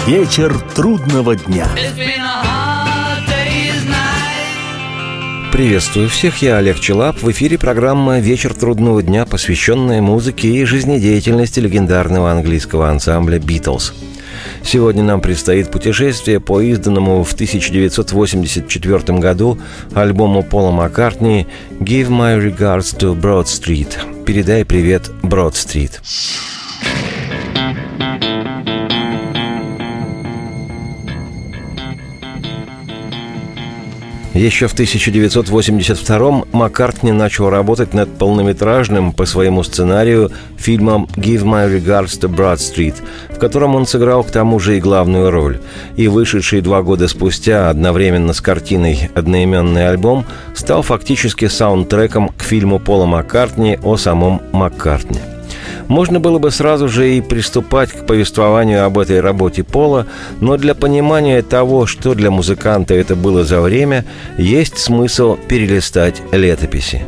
Вечер трудного дня. Приветствую всех, я Олег Челап. В эфире программа «Вечер трудного дня», посвященная музыке и жизнедеятельности легендарного английского ансамбля «Битлз». Сегодня нам предстоит путешествие по изданному в 1984 году альбому Пола Маккартни «Give my regards to Broad Street» – «Передай привет Брод-стрит». Еще в 1982-м Маккартни начал работать над полнометражным по своему сценарию фильмом «Give my regards to Broad Street», в котором он сыграл к тому же и главную роль. И вышедший 2 года спустя одновременно с картиной одноименный альбом стал фактически саундтреком к фильму Пола Маккартни о самом Маккартни. Можно было бы сразу же и приступать к повествованию об этой работе Пола, но для понимания того, что для музыканта это было за время, есть смысл перелистать летописи.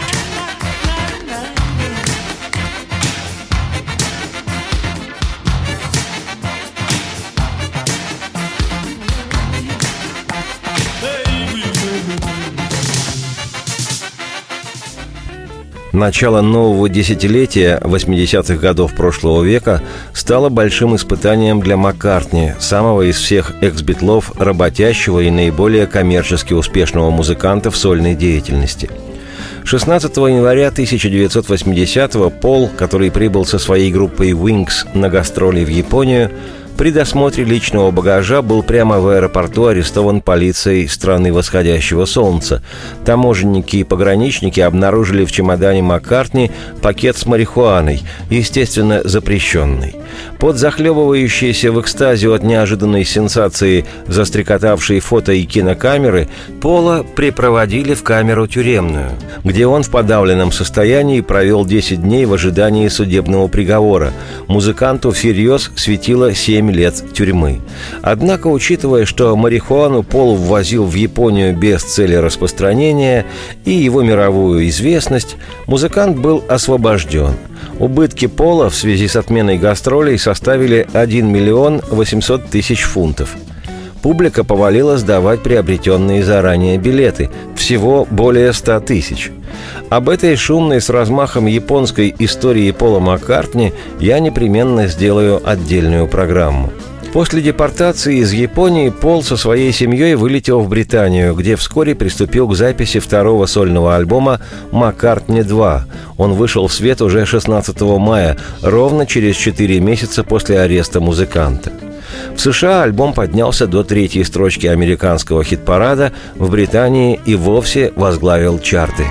Начало нового десятилетия 80-х годов прошлого века стало большим испытанием для Маккартни, самого из всех экс-битлов, работящего и наиболее коммерчески успешного музыканта в сольной деятельности. 16 января 1980-го Пол, который прибыл со своей группой Wings на гастроли в Японию, при досмотре личного багажа был прямо в аэропорту арестован полицией страны восходящего солнца. Таможенники и пограничники обнаружили в чемодане Маккартни пакет с марихуаной, естественно, запрещенной. Под захлебывающиеся в экстазе от неожиданной сенсации застрекотавшие фото и кинокамеры Пола припроводили в камеру тюремную, где он в подавленном состоянии провел 10 дней в ожидании судебного приговора. Музыканту всерьез светило 7 лет тюрьмы. Однако, учитывая, что марихуану Пол ввозил в Японию без цели распространения и его мировую известность, музыкант был освобожден. Убытки Пола в связи с отменой гастролей составили 1 миллион 800 тысяч фунтов. Публика повалила сдавать приобретенные заранее билеты, всего более 100 тысяч. Об этой шумной с размахом японской истории Пола Маккартни я непременно сделаю отдельную программу. После депортации из Японии Пол со своей семьей вылетел в Британию, где вскоре приступил к записи второго сольного альбома «Маккартни 2». Он вышел в свет уже 16 мая, ровно через 4 месяца после ареста музыканта. В США альбом поднялся до 3-й строчки американского хит-парада, в Британии и вовсе возглавил чарты.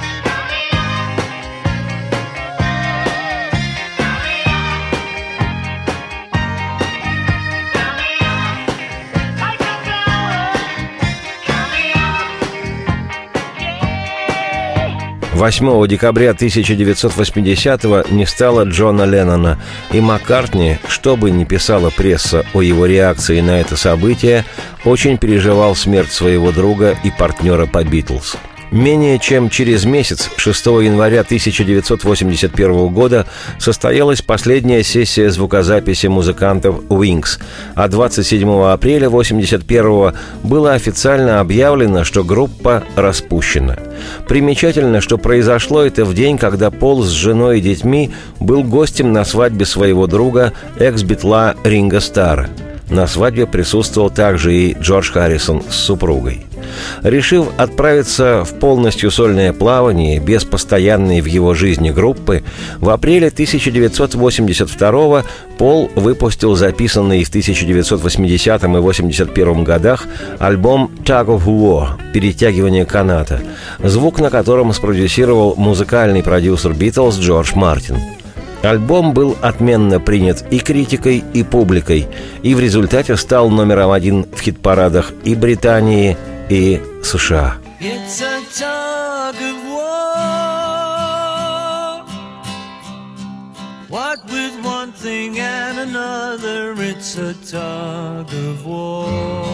– 8 декабря 1980-го не стало Джона Леннона, и Маккартни, что бы ни писала пресса о его реакции на это событие, очень переживал смерть своего друга и партнера по «Битлз». Менее чем через месяц, 6 января 1981 года, состоялась последняя сессия звукозаписи музыкантов Wings, а 27 апреля 1981 было официально объявлено, что группа распущена. Примечательно, что произошло это в день, когда Пол с женой и детьми был гостем на свадьбе своего друга, экс-битла Ринго Старра. На свадьбе присутствовал также и Джордж Харрисон с супругой. Решив отправиться в полностью сольное плавание без постоянной в его жизни группы, в апреле 1982 Пол выпустил записанный в 1980 и 1981 годах альбом «Tug of War» – «Перетягивание каната», звук на котором спродюсировал музыкальный продюсер «Битлз» Джордж Мартин. Альбом был отменно принят и критикой, и публикой, и в результате стал номером 1 в хит-парадах и Британии, и США. It's a tug of war. What with one thing and another, it's a tug of war.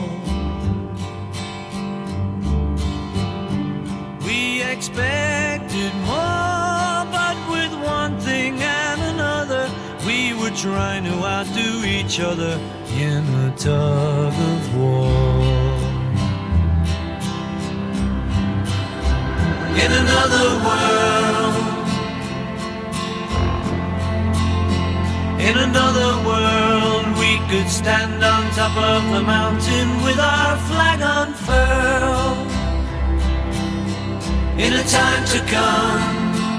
We expected more, but with one thing and another, we were trying to outdo each other in a tug of war. In another world, in another world, we could stand on top of the mountain with our flag unfurled. In a time to come,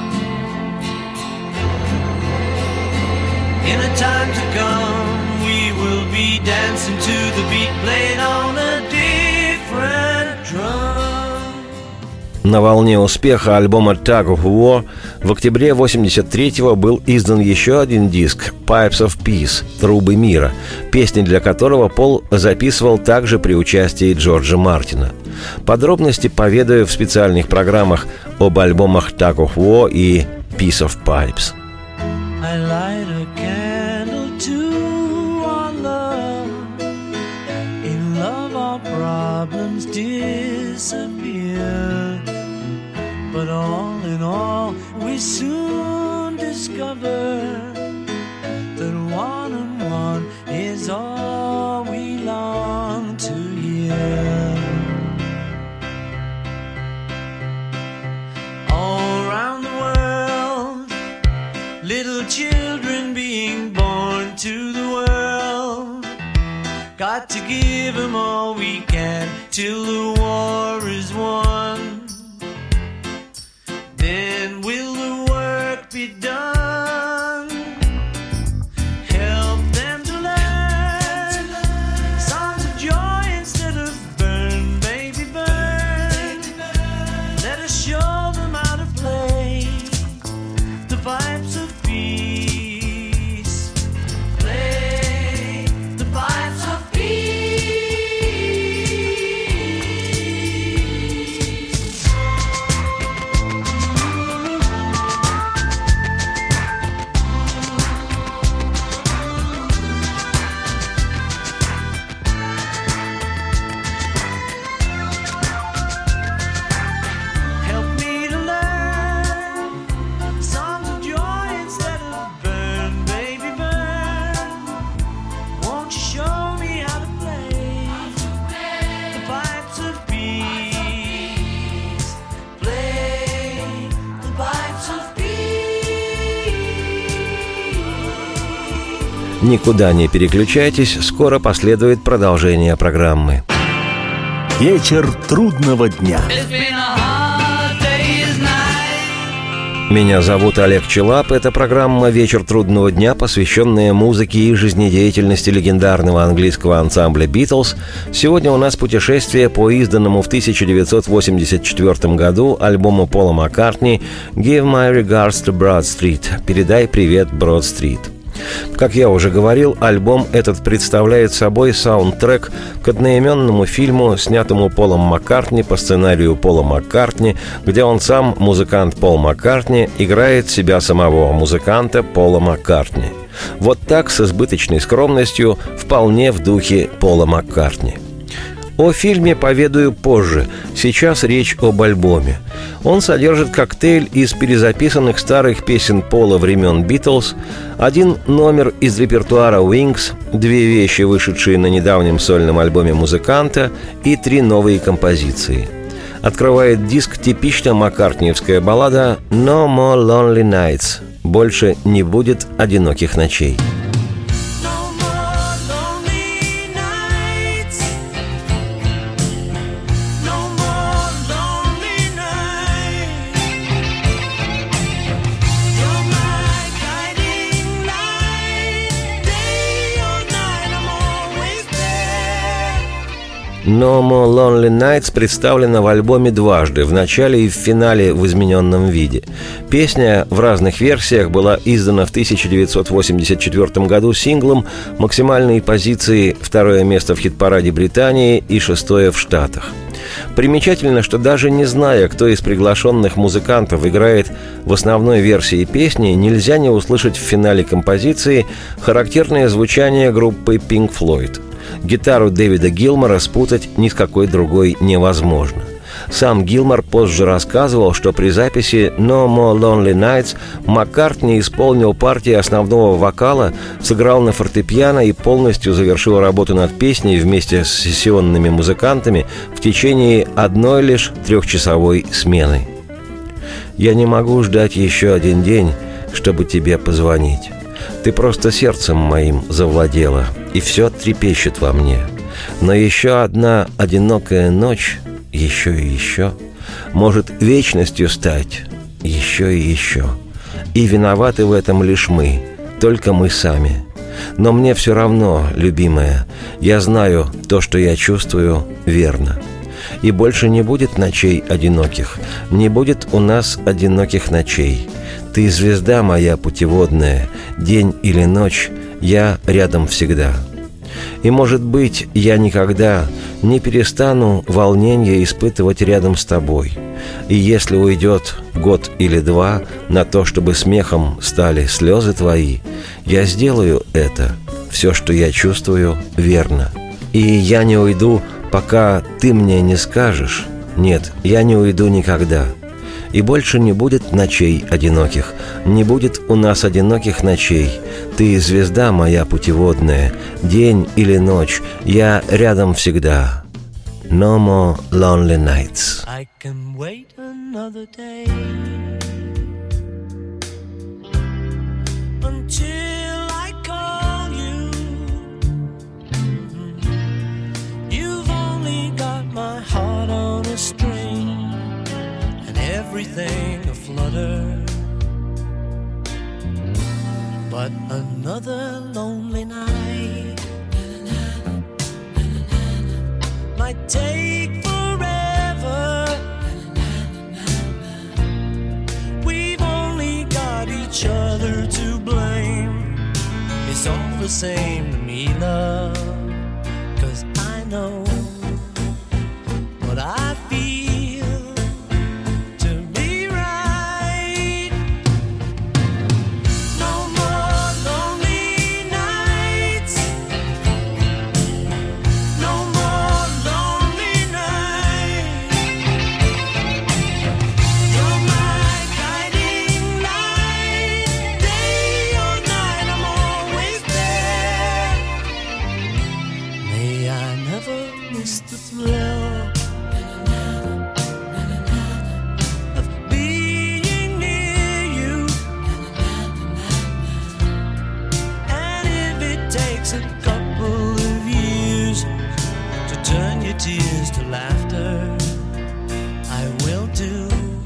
in a time to come, we will be dancing to the beat played on a different drum. На волне успеха альбома Tug of War в октябре 1983-го был издан еще один диск «Pipes of Peace» — «Трубы мира», песни для которого Пол записывал также при участии Джорджа Мартина. Подробности поведаю в специальных программах об альбомах Tug of War и «Piece of Pipes». I light a candle to our love. In love our problems disappear. But all in all, we soon discover that one and one is all we long to hear. All around the world, little children being born to the world. Got to give them all we can till the war is won. Then will the work be done? Help them to learn songs of joy instead of burn, baby, burn. Let us show them how to play the pipes of peace. Play the pipes of peace. Help me to learn songs of joy instead of burn, baby, burn. Won't you show me how to play the pipes of peace? Play the pipes of peace. Никуда не переключайтесь, скоро последует продолжение программы. Вечер трудного дня. It's been a hard day's night. Меня зовут Олег Челап. Это программа «Вечер трудного дня», посвященная музыке и жизнедеятельности легендарного английского ансамбля «Битлз». Сегодня у нас путешествие по изданному в 1984 году альбому Пола Маккартни «Give my regards to Broad Street» — «Передай привет, Брод-стрит». Как я уже говорил, альбом этот представляет собой саундтрек к одноименному фильму, снятому Полом Маккартни по сценарию Пола Маккартни, где он сам, музыкант Пол Маккартни, играет себя самого, музыканта Пола Маккартни. Вот так, с избыточной скромностью, вполне в духе Пола Маккартни. О фильме поведаю позже, сейчас речь об альбоме. Он содержит коктейль из перезаписанных старых песен Пола времен «Битлз», один номер из репертуара «Wings», две вещи, вышедшие на недавнем сольном альбоме музыканта, и три новые композиции. Открывает диск типично маккартниевская баллада «No More Lonely Nights» — «Больше не будет одиноких ночей». «No More Lonely Nights» представлена в альбоме дважды, в начале и в финале в измененном виде. Песня в разных версиях была издана в 1984 году синглом максимальной позиции второе место в хит-параде Британии и шестое в Штатах. Примечательно, что даже не зная, кто из приглашенных музыкантов играет в основной версии песни, нельзя не услышать в финале композиции характерное звучание группы Pink Floyd. Гитару Дэвида Гилмора спутать ни с какой другой невозможно. Сам Гилмор позже рассказывал, что при записи «No More Lonely Nights» Маккартни исполнил партии основного вокала, сыграл на фортепиано и полностью завершил работу над песней вместе с сессионными музыкантами в течение одной лишь 3-часовой смены. «Я не могу ждать еще один день, чтобы тебе позвонить. Ты просто сердцем моим завладела, и все трепещет во мне. Но еще одна одинокая ночь, еще и еще, может вечностью стать, еще и еще. И виноваты в этом лишь мы, только мы сами. Но мне все равно, любимая, я знаю, то, что я чувствую, верно. И больше не будет ночей одиноких, не будет у нас одиноких ночей. Ты звезда моя путеводная, день или ночь, я рядом всегда. И, может быть, я никогда не перестану волнения испытывать рядом с тобой. И если уйдет год или два на то, чтобы смехом стали слезы твои, я сделаю это, все, что я чувствую, верно. И я не уйду, пока ты мне не скажешь. Нет, я не уйду никогда. И больше не будет ночей одиноких, не будет у нас одиноких ночей. Ты звезда моя путеводная, день или ночь, я рядом всегда. No more lonely nights. I can wait another day until I call you. You've only got my heart on a string and everything aflutter. But another lonely night might take forever. We've only got each other to blame. It's all the same to me, love, 'cause I know what I feel to be right. No more lonely nights. No more lonely nights. You're my guiding light. Day or night, I'm always there. May I never miss the thrill of being near you. And if it takes a couple of years to turn your tears to laughter, I will do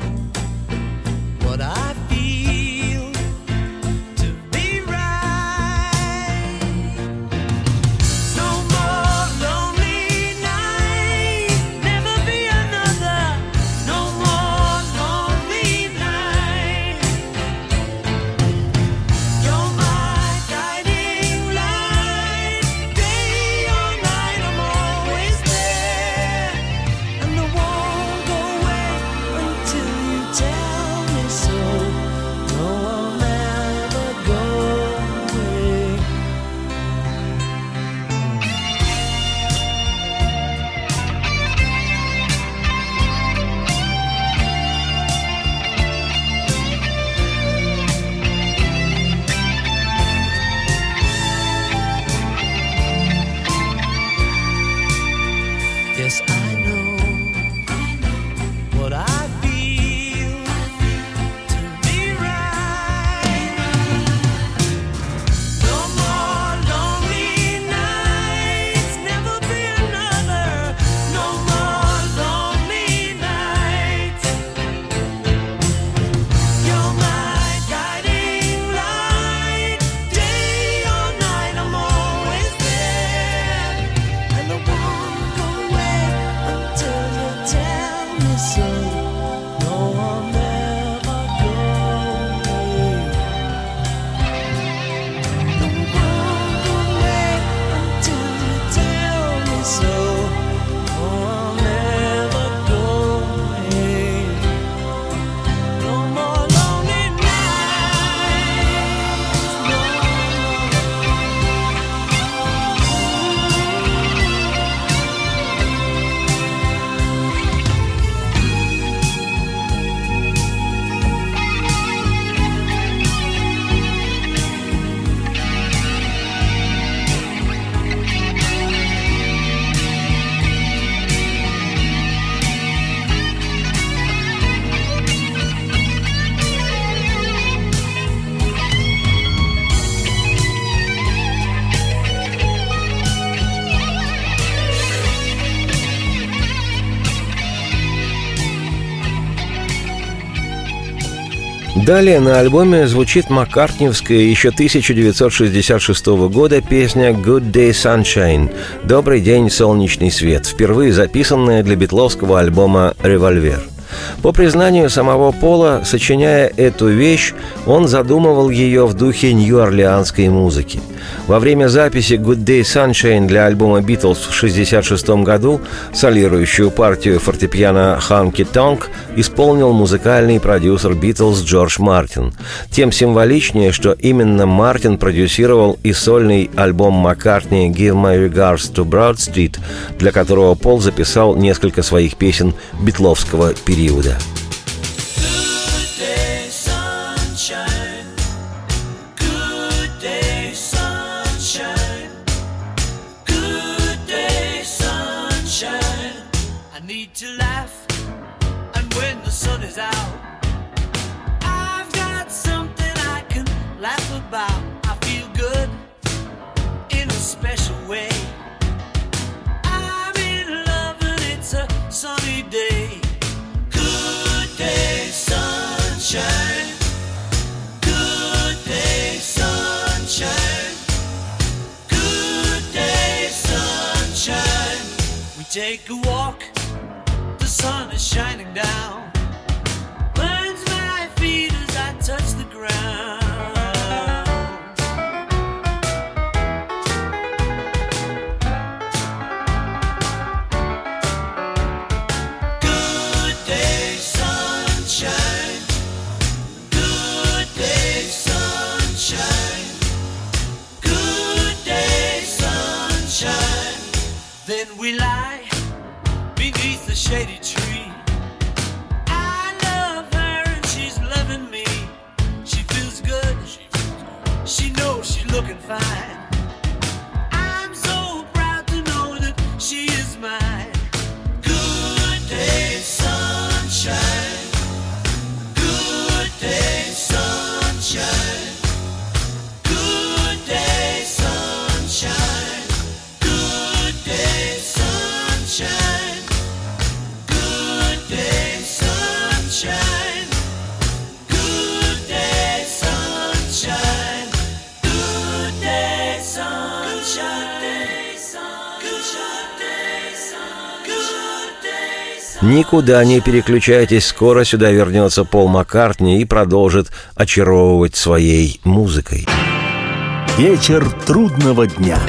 what I feel to be right. No more lonely night, never be another. No more lonely night. You're my guiding light. Day or night, I'm always there. And the Далее на альбоме звучит маккартниевская еще 1966 года песня «Good Day Sunshine» – «Добрый день, солнечный свет», впервые записанная для битловского альбома «Револьвер». По признанию самого Пола, сочиняя эту вещь, он задумывал ее в духе нью-орлеанской музыки. Во время записи «Good Day Sunshine» для альбома «Битлз» в 1966 году солирующую партию фортепиано «Ханки Тонг» исполнил музыкальный продюсер «Битлз» Джордж Мартин. Тем символичнее, что именно Мартин продюсировал и сольный альбом Маккартни «Give My Regards to Broad Street», для которого Пол записал несколько своих песен битловского периода. Take a walk, the sun is shining down, burns my feet as I touch the ground. Good day, sunshine. Good day, sunshine. Good day, sunshine. Then we lie beneath the shady tree. I love her and she's loving me. She feels good. She knows she's looking fine. I'm so proud to know that she is mine. Good day, sunshine. Good day, sunshine. Good day, sunshine. Good day, sunshine. Good day, sunshine. Good day, sunshine. Good day, sunshine. Никуда не переключайтесь, скоро сюда вернется Пол Маккартни и продолжит очаровывать своей музыкой. Вечер трудного дня.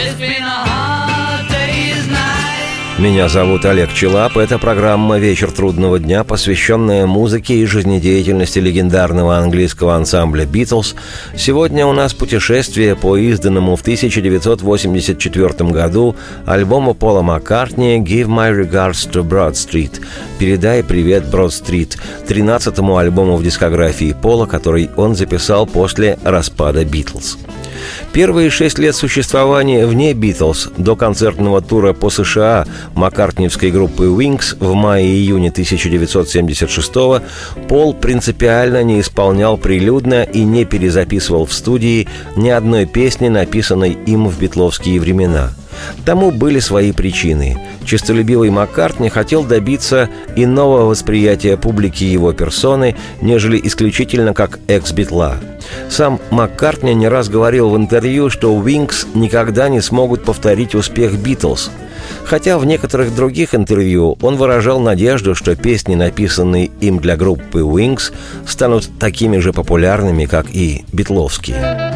Меня зовут Олег Челап. Это программа «Вечер трудного дня», посвященная музыке и жизнедеятельности легендарного английского ансамбля «Битлз». Сегодня у нас путешествие по изданному в 1984 году альбому Пола Маккартни «Give My Regards to Broad Street» «Передай привет, Брод-стрит», 13-му альбому в дискографии Пола, который он записал после распада «Битлз». Первые 6 лет существования вне «Битлз» до концертного тура по США маккартниевской группы «Wings» в мае-июне 1976-го Пол принципиально не исполнял прилюдно и не перезаписывал в студии ни одной песни, написанной им в битловские времена. Тому были свои причины. Честолюбивый Маккартни хотел добиться иного восприятия публики его персоны, нежели исключительно как экс-битла. Сам Маккартни не раз говорил в интервью, что «Wings» никогда не смогут повторить успех «Битлз». Хотя в некоторых других интервью он выражал надежду, что песни, написанные им для группы «Wings», станут такими же популярными, как и битловские.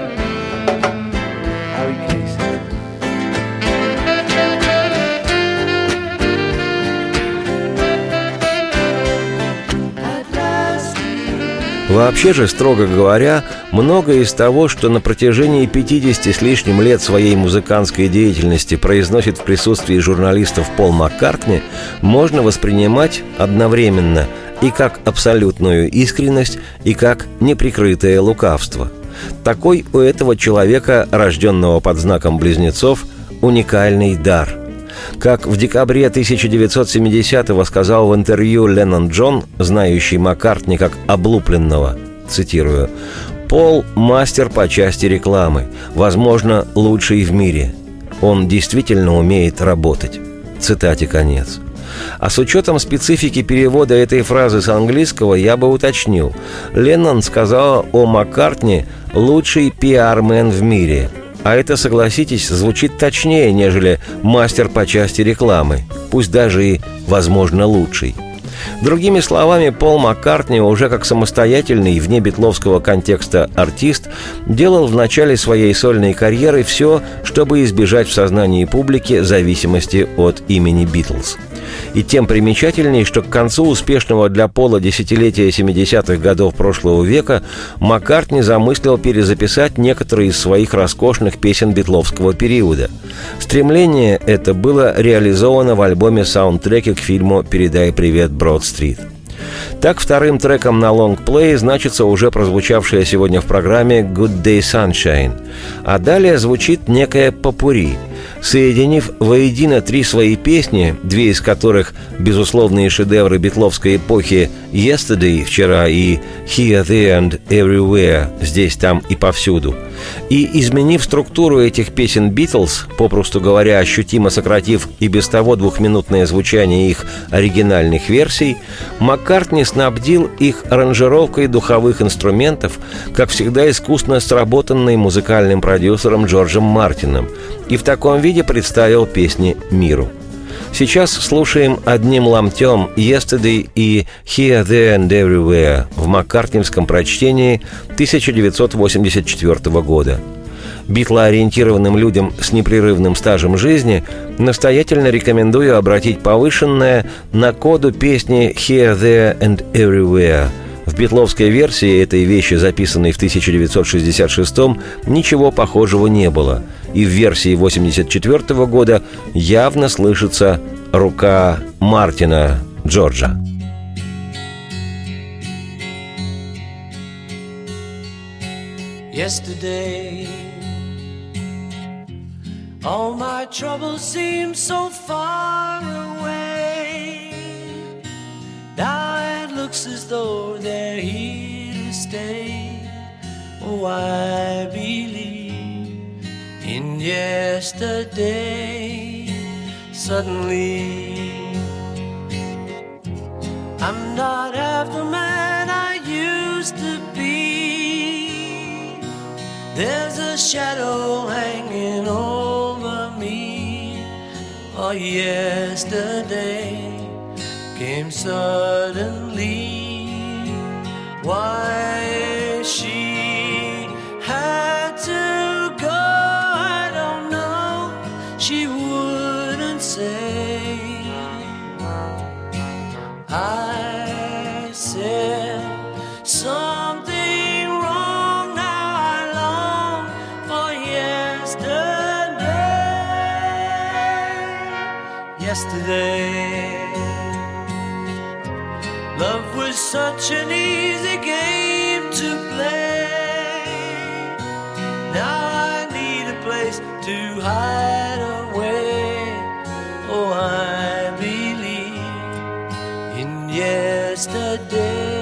Вообще же, строго говоря, многое из того, что на протяжении 50 с лишним лет своей музыкантской деятельности произносит в присутствии журналистов Пол Маккартни, можно воспринимать одновременно и как абсолютную искренность, и как неприкрытое лукавство. Такой у этого человека, рожденного под знаком близнецов, уникальный дар. Как в декабре 1970-го сказал в интервью Леннон Джон, знающий Маккартни как облупленного, цитирую, «Пол – мастер по части рекламы, возможно, лучший в мире. Он действительно умеет работать». Цитате конец. А с учетом специфики перевода этой фразы с английского я бы уточнил. Леннон сказал о Маккартни «лучший пиар-мен в мире». А это, согласитесь, звучит точнее, нежели «мастер по части рекламы», пусть даже и, возможно, лучший. Другими словами, Пол Маккартни уже как самостоятельный вне битловского контекста артист делал в начале своей сольной карьеры все, чтобы избежать в сознании публики зависимости от имени Битлз. И тем примечательней, что к концу успешного для Пола десятилетия 70-х годов прошлого века Маккартни замыслил перезаписать некоторые из своих роскошных песен битловского периода. Стремление это было реализовано в альбоме-саундтреке к фильму «Передай привет, Брод-стрит». Так, вторым треком на лонгплее значится уже прозвучавшая сегодня в программе «Good Day Sunshine», а далее звучит некое попурри. Соединив воедино три свои песни, две из которых безусловные шедевры битловской эпохи «Yesterday» — «Вчера» и «Here, There and Everywhere» — «Здесь, там и повсюду», и изменив структуру этих песен «Битлз», попросту говоря, ощутимо сократив и без того двухминутное звучание их оригинальных версий, Маккартни снабдил их аранжировкой духовых инструментов, как всегда искусно сработанной музыкальным продюсером Джорджем Мартином, и в таком виде представил песни миру. Сейчас слушаем одним ломтем «Yesterday» и «Here, There and Everywhere» в маккартневском прочтении 1984 года. Битлоориентированным людям с непрерывным стажем жизни настоятельно рекомендую обратить повышенное на коду песни «Here, There and Everywhere». В битловской версии этой вещи, записанной в 1966-м, ничего похожего не было. И в версии 1984 года явно слышится рука Мартина Джорджа. Yesterday, all my troubles seem so far away. Now it looks as though they're here to stay. Oh, I believe in yesterday. Suddenly, I'm not half the man I used to be. There's a shadow hanging over me. Oh, yesterday came suddenly. Why she had to go, I don't know. She wouldn't say. I said something wrong. Now I long for yesterday. Yesterday, love was such an easy game to play. Now I need a place to hide away. Oh, I believe in yesterday.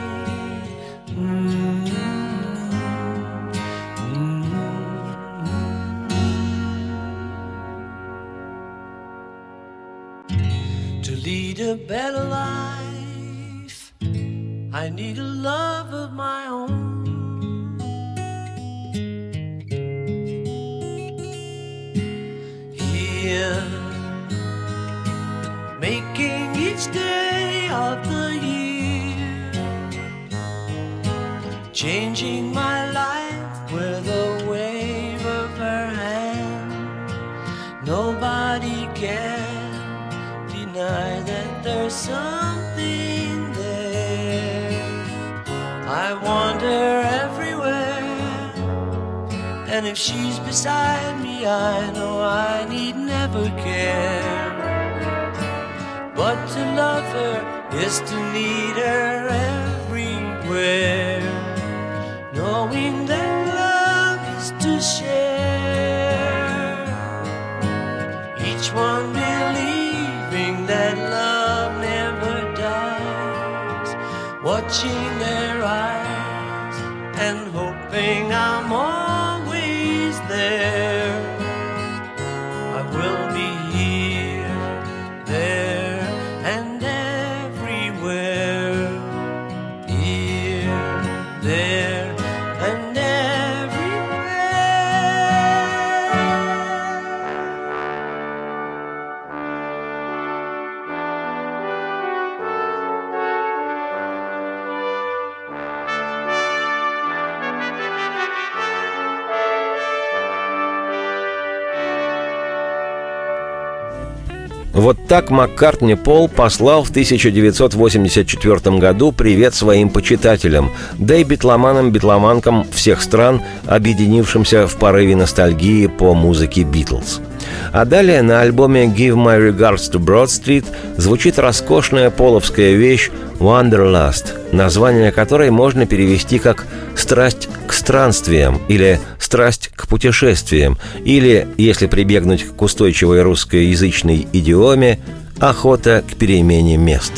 To lead a better life, I need a love of my own. Here, making each day of the year, changing my life with a wave of her hand. Nobody can deny that there's something there. I wander everywhere, and if she's beside me, I know I need never care. But to love her is to need her everywhere, knowing that love is to share. Each one believing that love never dies, watching their eyes and hoping I'm always there. I will be here, there, Вот так Маккартни Пол послал в 1984 году привет своим почитателям, да и битломанам-битломанкам всех стран, объединившимся в порыве ностальгии по музыке «Битлз». А далее на альбоме «Give My Regards to Broad Street» звучит роскошная половская вещь «Wanderlust», название которой можно перевести как «страсть к странствиям» или «страсть к путешествиям», или, если прибегнуть к устойчивой русскоязычной идиоме, «охота к перемене мест».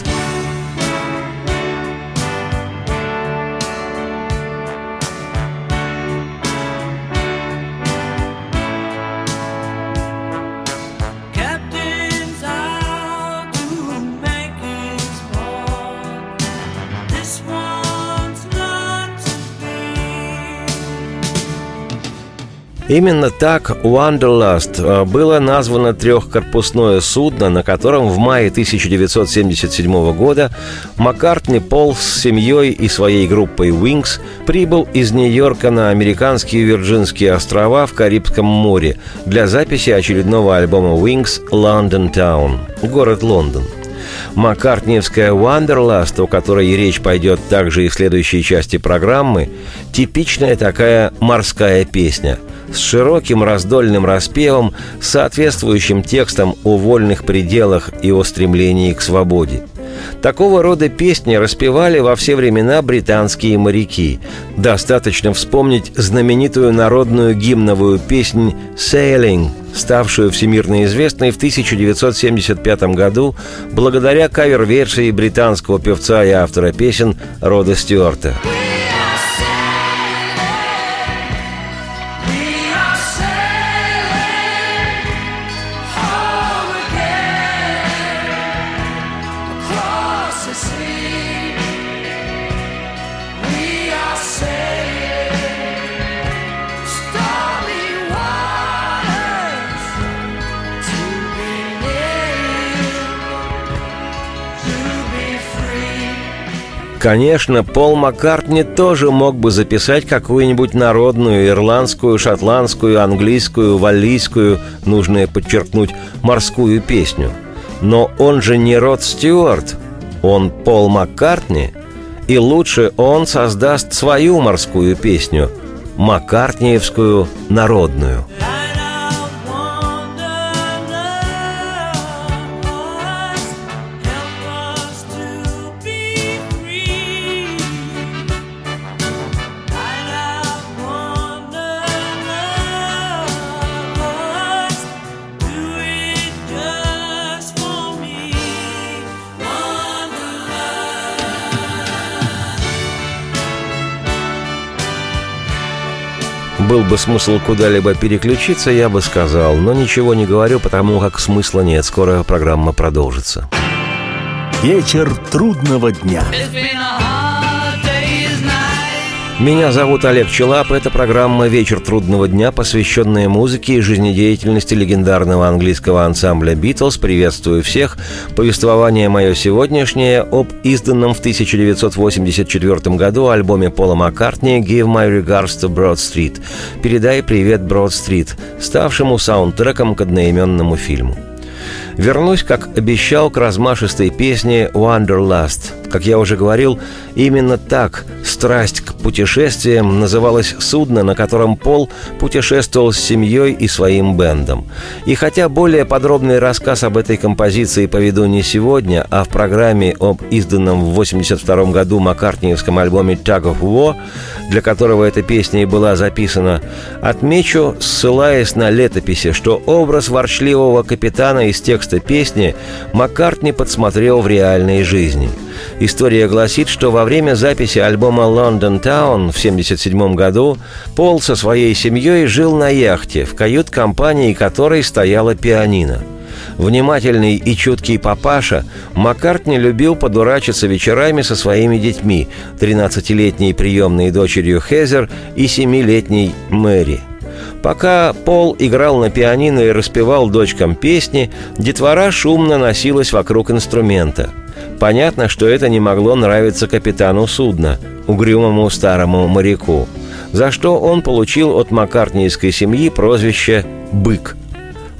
Именно так «Wanderlust» было названо трехкорпусное судно, на котором в мае 1977 года Маккартни Пол с семьей и своей группой Wings прибыл из Нью-Йорка на американские Вирджинские острова в Карибском море для записи очередного альбома Wings «London Town» – город Лондон. Маккартниевская «Wanderlust», о которой и речь пойдет также и в следующей части программы, типичная такая морская песня с широким раздольным распевом, соответствующим текстом о вольных пределах и о стремлении к свободе. Такого рода песни распевали во все времена британские моряки. Достаточно вспомнить знаменитую народную гимновую песнь «Sailing», ставшую всемирно известной в 1975 году благодаря кавер-версии британского певца и автора песен Рода Стюарта. Конечно, Пол Маккартни тоже мог бы записать какую-нибудь народную, ирландскую, шотландскую, английскую, валлийскую, нужно подчеркнуть, морскую песню. Но он же не Род Стюарт, он Пол Маккартни, и лучше он создаст свою морскую песню, маккартниевскую народную. Был бы смысл куда-либо переключиться, я бы сказал, но ничего не говорю, потому как смысла нет. Скоро программа продолжится. Вечер трудного дня. Меня зовут Олег Челап. Это программа «Вечер трудного дня», посвященная музыке и жизнедеятельности легендарного английского ансамбля «Битлз». Приветствую всех. Повествование мое сегодняшнее об изданном в 1984 году альбоме Пола Маккартни «Give My Regards to Broad Street» «Передай привет Брод-стрит», ставшему саундтреком к одноименному фильму. Вернусь, как обещал, к размашистой песне «Wanderlust». Как я уже говорил, именно так «Страсть к путешествиям» называлось судно, на котором Пол путешествовал с семьей и своим бэндом. И хотя более подробный рассказ об этой композиции поведу не сегодня, а в программе об изданном в 1982 году маккартниевском альбоме «Tug of War», для которого эта песня и была записана, отмечу, ссылаясь на летописи, что образ ворчливого капитана из текста песни Маккартни подсмотрел в реальной жизни. История гласит, что во время записи альбома «London Town» в 1977 году Пол со своей семьей жил на яхте, в кают-компании которой стояла пианино. Внимательный и чуткий папаша, Маккартни любил подурачиться вечерами со своими детьми, 13-летней приемной дочерью Хезер и 7-летней Мэри. Пока Пол играл на пианино и распевал дочкам песни, детвора шумно носилась вокруг инструмента. Понятно, что это не могло нравиться капитану судна, угрюмому старому моряку, за что он получил от маккартниевской семьи прозвище «Бык».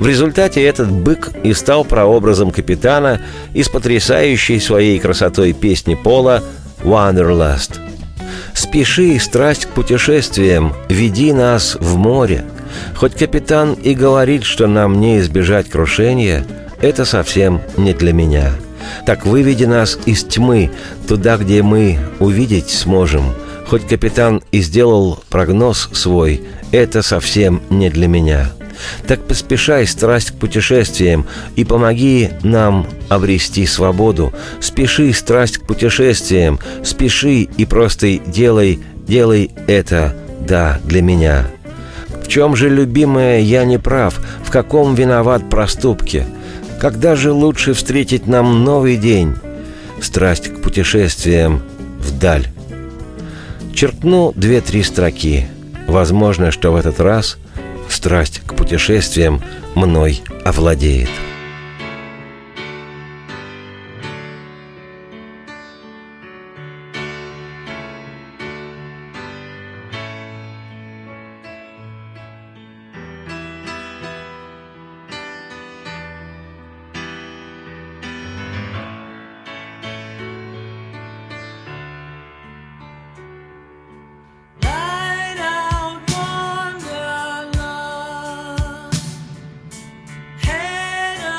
В результате этот бык и стал прообразом капитана из потрясающей своей красотой песни Пола «Wanderlust». «Спеши, страсть к путешествиям, веди нас в море. Хоть капитан и говорит, что нам не избежать крушения, это совсем не для меня. Так выведи нас из тьмы, туда, где мы увидеть сможем. Хоть капитан и сделал прогноз свой, это совсем не для меня. Так поспешай, страсть к путешествиям, и помоги нам обрести свободу. Спеши, страсть к путешествиям, спеши и просто делай это, да, для меня. В чем же, любимая, я не прав? В каком виноват проступке? Когда же лучше встретить нам новый день? Страсть к путешествиям вдаль». Черкну 2-3 строки. Возможно, что в этот раз страсть к путешествиям мной овладеет. Light out wanderlust, head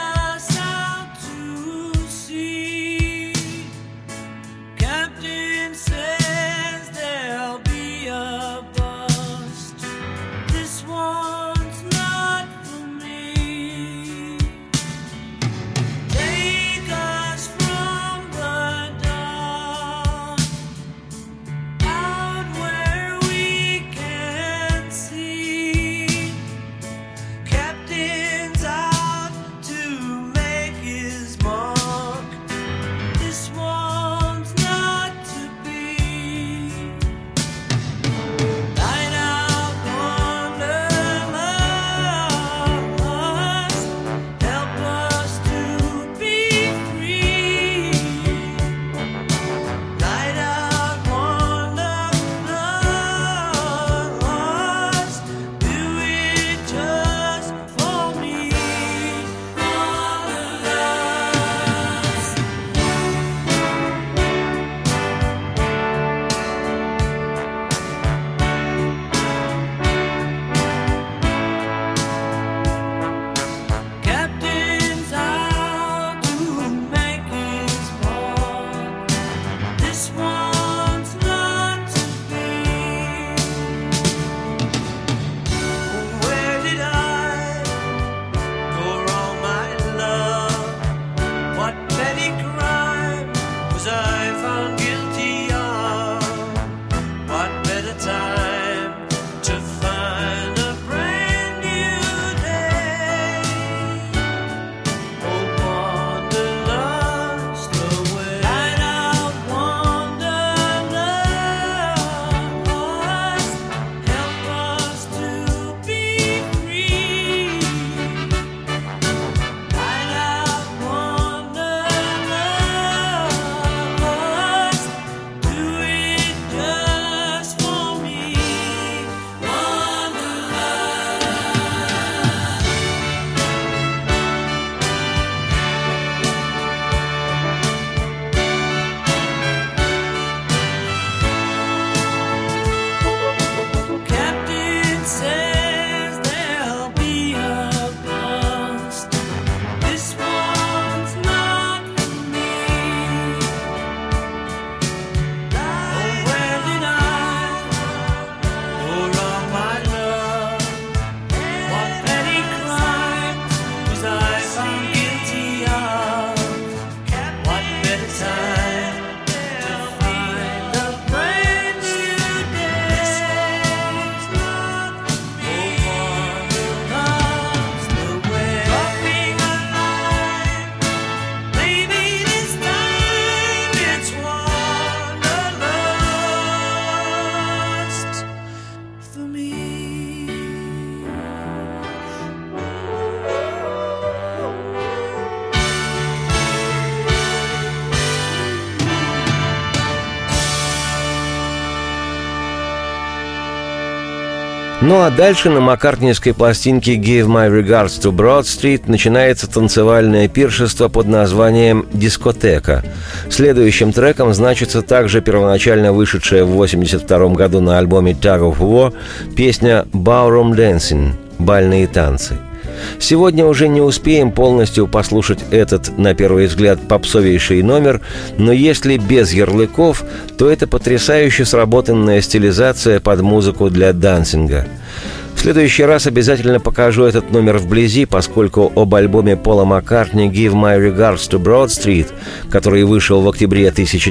Ну а дальше на маккартнийской пластинке «Give My Regards to Broad Street» начинается танцевальное пиршество под названием «Дискотека». Следующим треком значится также первоначально вышедшая в 1982 году на альбоме «Tug of War» песня «Ballroom Dancing» – «Бальные танцы». Сегодня уже не успеем полностью послушать этот, на первый взгляд, попсовейший номер, но если без ярлыков, то это потрясающе сработанная стилизация под музыку для дансинга. В следующий раз обязательно покажу этот номер вблизи, поскольку об альбоме Пола Маккартни «Give My Regards to Broad Street», который вышел в октябре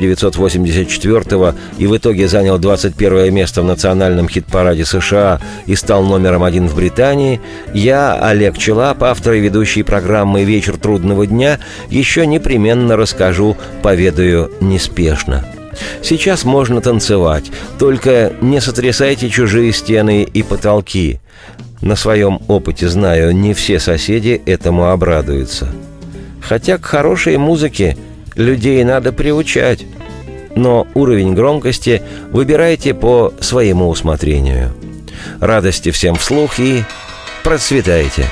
1984 и в итоге занял 21 место в национальном хит-параде США и стал номером 1 в Британии, я, Олег Челап, автор и ведущий программы «Вечер трудного дня», еще непременно расскажу, поведаю неспешно. Сейчас можно танцевать, только не сотрясайте чужие стены и потолки. На своем опыте знаю, не все соседи этому обрадуются. Хотя к хорошей музыке людей надо приучать. Но уровень громкости выбирайте по своему усмотрению. Радости всем вслух и процветайте!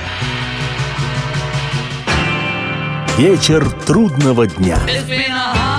Вечер трудного дня. It's been a